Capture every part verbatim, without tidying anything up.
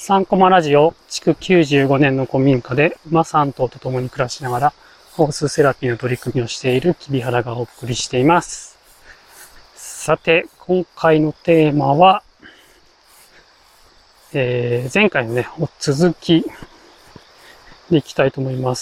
さんコマラジオ、築きゅうじゅうごねんの古民家で馬さん頭と共に暮らしながら、ホースセラピーの取り組みをしている桐原がお送りしています。さて、今回のテーマは、えー、前回のね、続きでいきたいと思います。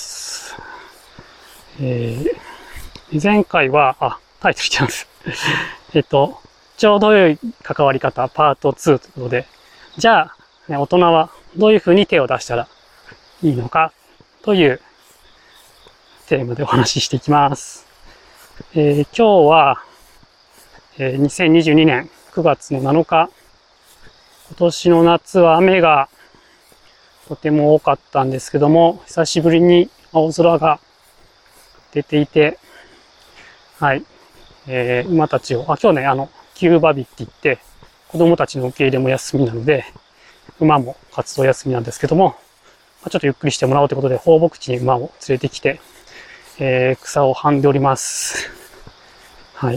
えー、前回は、あ、タイトル来てます。えっと、ちょうど良い関わり方パートツーということで、じゃあ、ね、大人はどういうふうに手を出したらいいのかというテーマでお話ししていきます。えー、今日は、えー、にせんにじゅうにねんくがつのなのか、今年の夏は雨がとても多かったんですけども、久しぶりに青空が出ていて、はい、えー、馬たちを、あ、今日ね、あの、休馬日って言って、子供たちの受け入れも休みなので、馬も活動休みなんですけども、ちょっとゆっくりしてもらおうということで、放牧地に馬を連れてきて、えー、草をはんでおります。はい。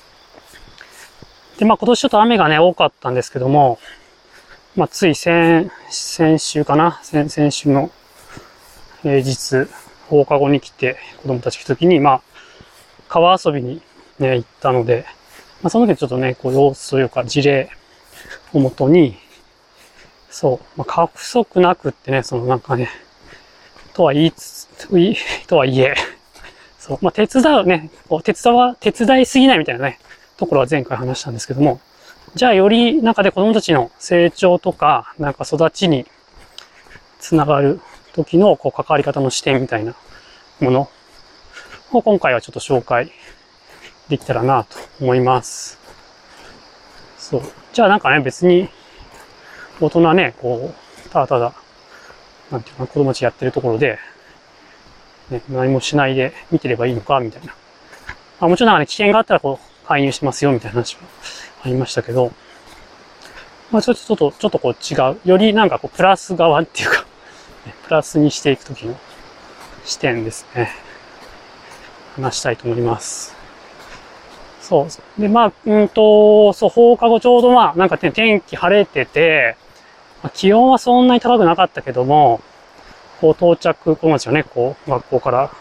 で、まあ今年ちょっと雨がね、多かったんですけども、まあつい先、先週かな、先々週の平日、放課後に来て、子供たち来た時に、まあ、川遊びにね、行ったので、まあその時ちょっとね、こう様子というか事例をもとに、そう、まあ、過不足なくってね、そのなんかね、とは言いつつ、とはいえ、そう、まあ、手伝うね、手伝わ、手伝いすぎないみたいなね、ところは前回話したんですけども、じゃあより中で子供たちの成長とか、なんか育ちにつながる時のこう関わり方の視点みたいなものを今回はちょっと紹介できたらなと思います。そう。じゃあなんかね、別に、大人はね、こう、ただただ、なんていうか、子供たちやってるところで、ね、何もしないで見てればいいのか、みたいな。まあ、もちろんなんかね、危険があったらこう、介入しますよ、みたいな話はありましたけど、まあちょっと、ちょっと、ちょっとこう違う。よりなんかこう、プラス側っていうか、ね、プラスにしていくときの視点ですね。話したいと思います。そうそう。で、まあ、うんと、そう、放課後ちょうどまあ、なんかね、天気晴れてて、気温はそんなに高くなかったけども、こう到着、子供たちがね、こう、学校から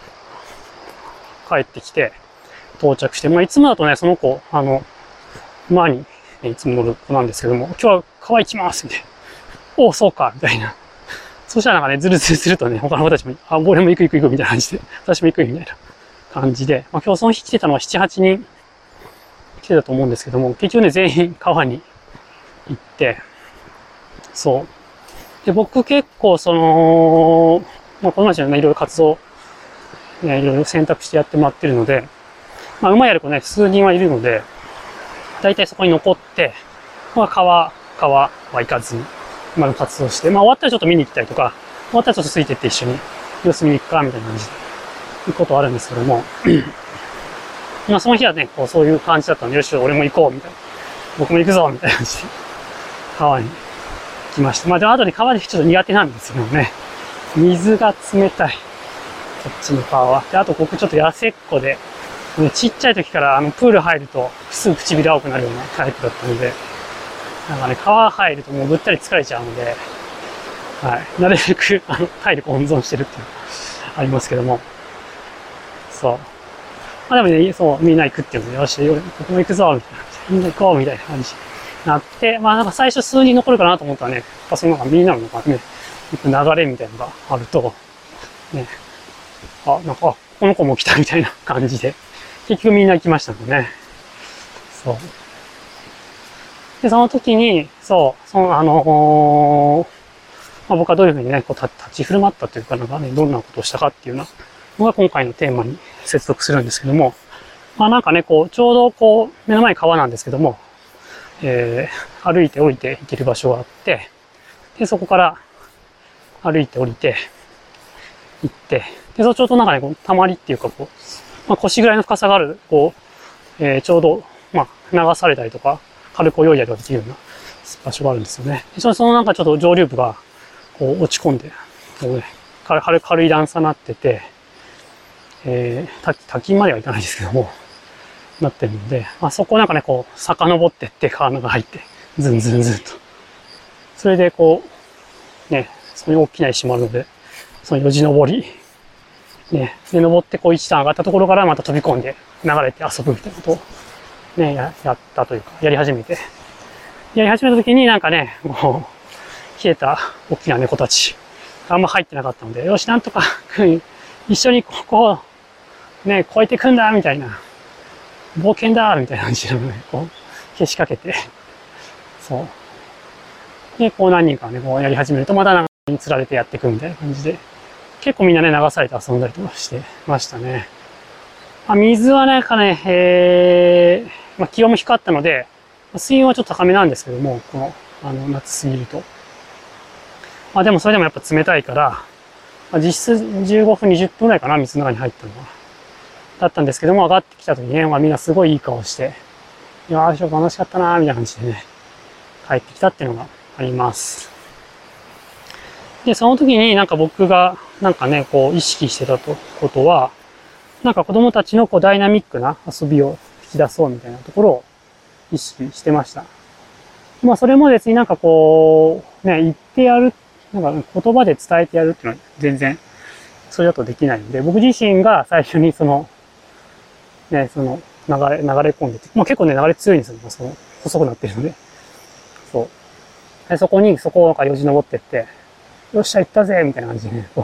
帰ってきて、到着して、まあいつもだとね、その子、あの、馬に、ね、いつも乗る子なんですけども、今日は川行きますみたいな。おお、そうかみたいな。そしたらなんかね、ずるずるするとね、他の子たちも、あ、俺も行く行く行くみたいな感じで、私も行くみたいな感じで、まあ今日その日来てたのはなな、はちにん来てたと思うんですけども、結局ね、全員川に行って、そう。で、僕結構その、まあ、子供たちのね、いろいろ活動、ね、いろいろ選択してやってもらってるので、まあ、馬やる子ね、数人はいるので、だいたいそこに残って、まあ、川、川は行かずに、馬の活動して、まあ、終わったらちょっと見に行ったりとか、終わったらちょっとついてって一緒に様子見に行くか、みたいな感じで、いうことはあるんですけども、まあ、その日はね、こう、そういう感じだったので、よし、俺も行こう、みたいな。僕も行くぞ、みたいな感じで、川に来ました。まあ、でも後で川でちょっと苦手なんですよね。水が冷たい。こっちの川は。で、あと僕ちょっと痩せっ子で、ね、ちっちゃい時からあのプール入るとすぐ唇青くなるようなタイプだったので、なんかね、川入るともうぐったり疲れちゃうので、はい。なるべくあの体力温存してるっていうのがありますけども。そう。まあでもね、そう、みんな行くっていうので、よし、僕も行くぞ、みたいな。みんな行こう、みたいな感じ。なって、まあなんか最初数人残るかなと思ったらね、やっぱそのなんかみんなの中ね、流れみたいなのがあると、ね、あ、なんか、あ、この子も来たみたいな感じで、結局みんな行きましたもんね。そう。で、その時に、そう、その、あのー、まあ、僕はどういうふうにね、こう立ち振る舞ったというか、なんかね、どんなことをしたかっていうのが今回のテーマに接続するんですけども、まあなんかね、こう、ちょうどこう、目の前に川なんですけども、えー、歩いて降りて行ける場所があって、で、そこから歩いて降りて行って、で、そちょうどなんかね、こうたまりっていうか、こう、まあ、腰ぐらいの深さがある、こう、えー、ちょうど、まあ、流されたりとか、軽く泳いだりとかできるような場所があるんですよね。で、そのなんかちょっと上流部が、こう、落ち込んで、こうね、軽軽い段差になってて、えー、滝、滝まではいかないですけども、なってるので、まあ、そこをなんかね、こう、遡ってって川が入って、ズンズンズンとそれでこう、ね、そういう大きな石もあるので、そのよじ登り、ね、で、登ってこう一段上がったところからまた飛び込んで流れて遊ぶみたいなことを、ね、や、やったというか、やり始めて。やり始めた時になんかね、もう、消えた大きな猫たち、あんま入ってなかったので、よし、なんとか、一緒にここを、ね、越えてくんだみたいな、冒険だみたいな感じでね、こう、消しかけて、そう。で、こう何人かね、こうやり始めると、またなんかに釣られてやっていくみたいな感じで、結構みんなね、流されて遊んだりとかしてましたね。まあ、水はね、かね、えー、まあ、気温も低かったので、水温はちょっと高めなんですけども、この、あの、夏過ぎると。まあでもそれでもやっぱ冷たいから、まあ、実質じゅうごふん、にじゅっぷんぐらいかな、水の中に入ったのは。だったんですけども、上がってきた時にね、まあみんなすごいいい顔して、いやー、楽しかったなーみたいな感じでね、帰ってきたっていうのがあります。で、その時になんか僕がなんかね、こう意識してたとことは、なんか子供たちのこうダイナミックな遊びを引き出そうみたいなところを意識してました。まあそれも別になんかこう、ね、言ってやる、なんか言葉で伝えてやるっていうのは全然それだとできないので、僕自身が最初にその、ね、その流れ、流れ込んでて、まあ結構ね流れ強いんですよ。その細くなってるので。そう。でそこに、そこをなんかよじ登ってって、よっしゃ行ったぜみたいな感じでね、こ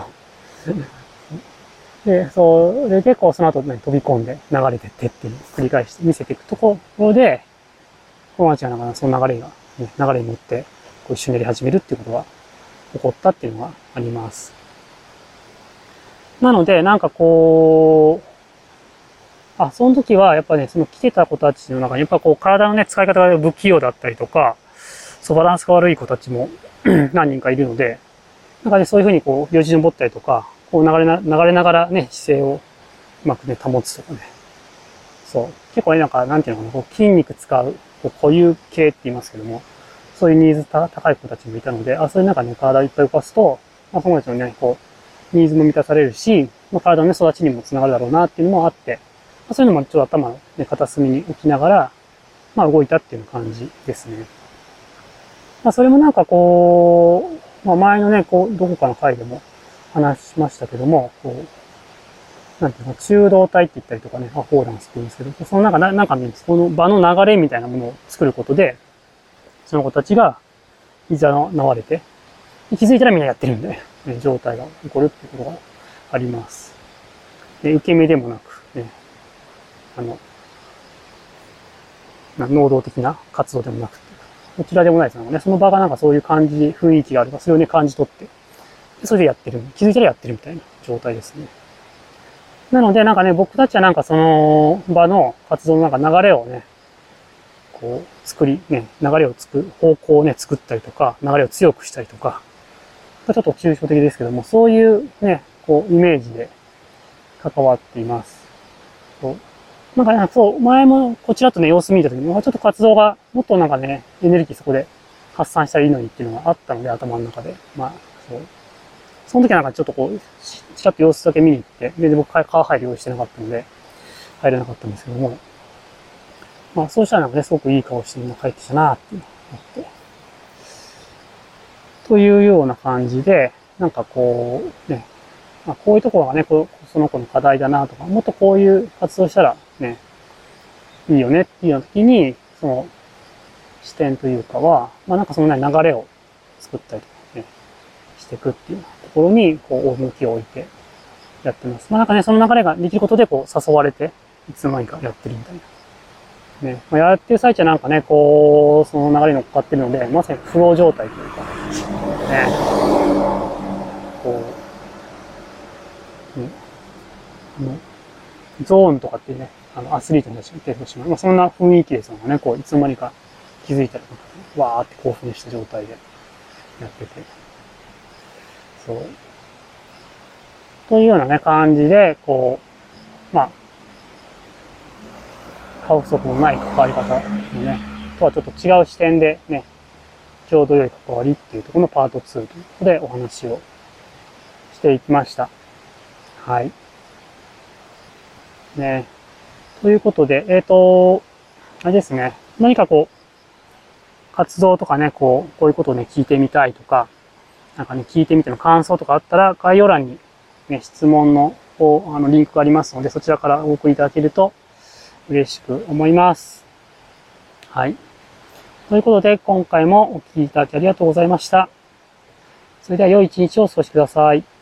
う。で、そう、で結構その後ね、飛び込んで流れてってっていうのを繰り返して見せていくところで、友達がなんかその流れが、ね、流れに乗って、こう一緒にやり始めるっていうことが起こったっていうのがあります。なので、なんかこう、あ、その時はやっぱね、その来てた子たちの中に、やっぱこう体のね、使い方が不器用だったりとか、そうバランスが悪い子たちも何人かいるので、なんかね、そういうふうにこう、よじ登ったりとか、こう流れな、流れながらね、姿勢をうまくね、保つとかね。そう。結構ね、なんか、なんていうのかな、こう筋肉使う、こう固有系って言いますけども、そういうニーズ高い子たちもいたので、あ、そういうなんかね、体をいっぱい動かすと、まあ、その人のね、こう、ニーズも満たされるし、まあ、体のね、育ちにもつながるだろうなっていうのもあって、まあ、そういうのもちょっと頭のね、片隅に置きながら、まあ、動いたっていう感じですね。まあ、それもなんかこう、まあ、前のね、こう、どこかの回でも話しましたけども、こう、なんていうの、中道体って言ったりとかね、アフォーダンスって言うんですけど、そのなんか、なんかね、その場の流れみたいなものを作ることで、その子たちが、いざなわれて、気づいたらみんなやってるんで、ね、状態が起こるっていうことがあります。で、受け身でもなく、ね、あの、能動的な活動でもなくて、どちらでもないですよね。その場がなんかそういう感じ、雰囲気があるから、それをね、感じ取って、それでやってる。気づいたらやってるみたいな状態ですね。なので、なんかね、僕たちはなんかその場の活動のなんか流れをね、こう、作り、ね、流れを作る、方向をね、作ったりとか、流れを強くしたりとか、ちょっと抽象的ですけども、そういうね、こう、イメージで関わっています。そうなんかね、そう、前もこちらとね、様子見たときに、ちょっと活動が、もっとなんかね、エネルギーそこで発散したらいいのにっていうのがあったので、頭の中で。まあ、そう。その時はなんかちょっとこう、ちらっと様子だけ見に行って、で、僕、川入る用意してなかったので、入れなかったんですけども、まあ、そうしたらなんかね、すごくいい顔してみんな帰ってきたなっていうのがあって。というような感じで、なんかこう、ね、まあ、こういうところがね、こうその子の課題だなとか、もっとこういう活動したらね、いいよねっていうような時に、その視点というかは、まあなんかそのね、流れを作ったりとかね、していくっていうところに、こう、重きを置いてやってます。まあなんかね、その流れができることで、こう、誘われて、いつの間にかやってるみたいな。ね、まあ、やってる最中はなんかね、こう、その流れに乗っかってるので、まさにフロー状態というか、ね、こう、ね、ゾーンとかってね、あの、アスリートの人が言ってしまう。まあ、そんな雰囲気ですのがね、こう、いつの間にか気づいたら、なんか、ね、わーって興奮した状態でやってて。そう。というようなね、感じで、こう、まあ、過不足のない関わり方のね、とはちょっと違う視点でね、ちょうど良い関わりっていうところのパートツーということでお話をしていきました。はい。ね。ということで、えっと、あれですね。何かこう、 活動とかね、こう、こういうことをね、聞いてみたいとか、なんかね、聞いてみての感想とかあったら、概要欄にね、質問の、あの、リンクがありますので、そちらからお送りいただけると嬉しく思います。はい。ということで、今回もお聞きいただきありがとうございました。それでは良い一日をお過ごしください。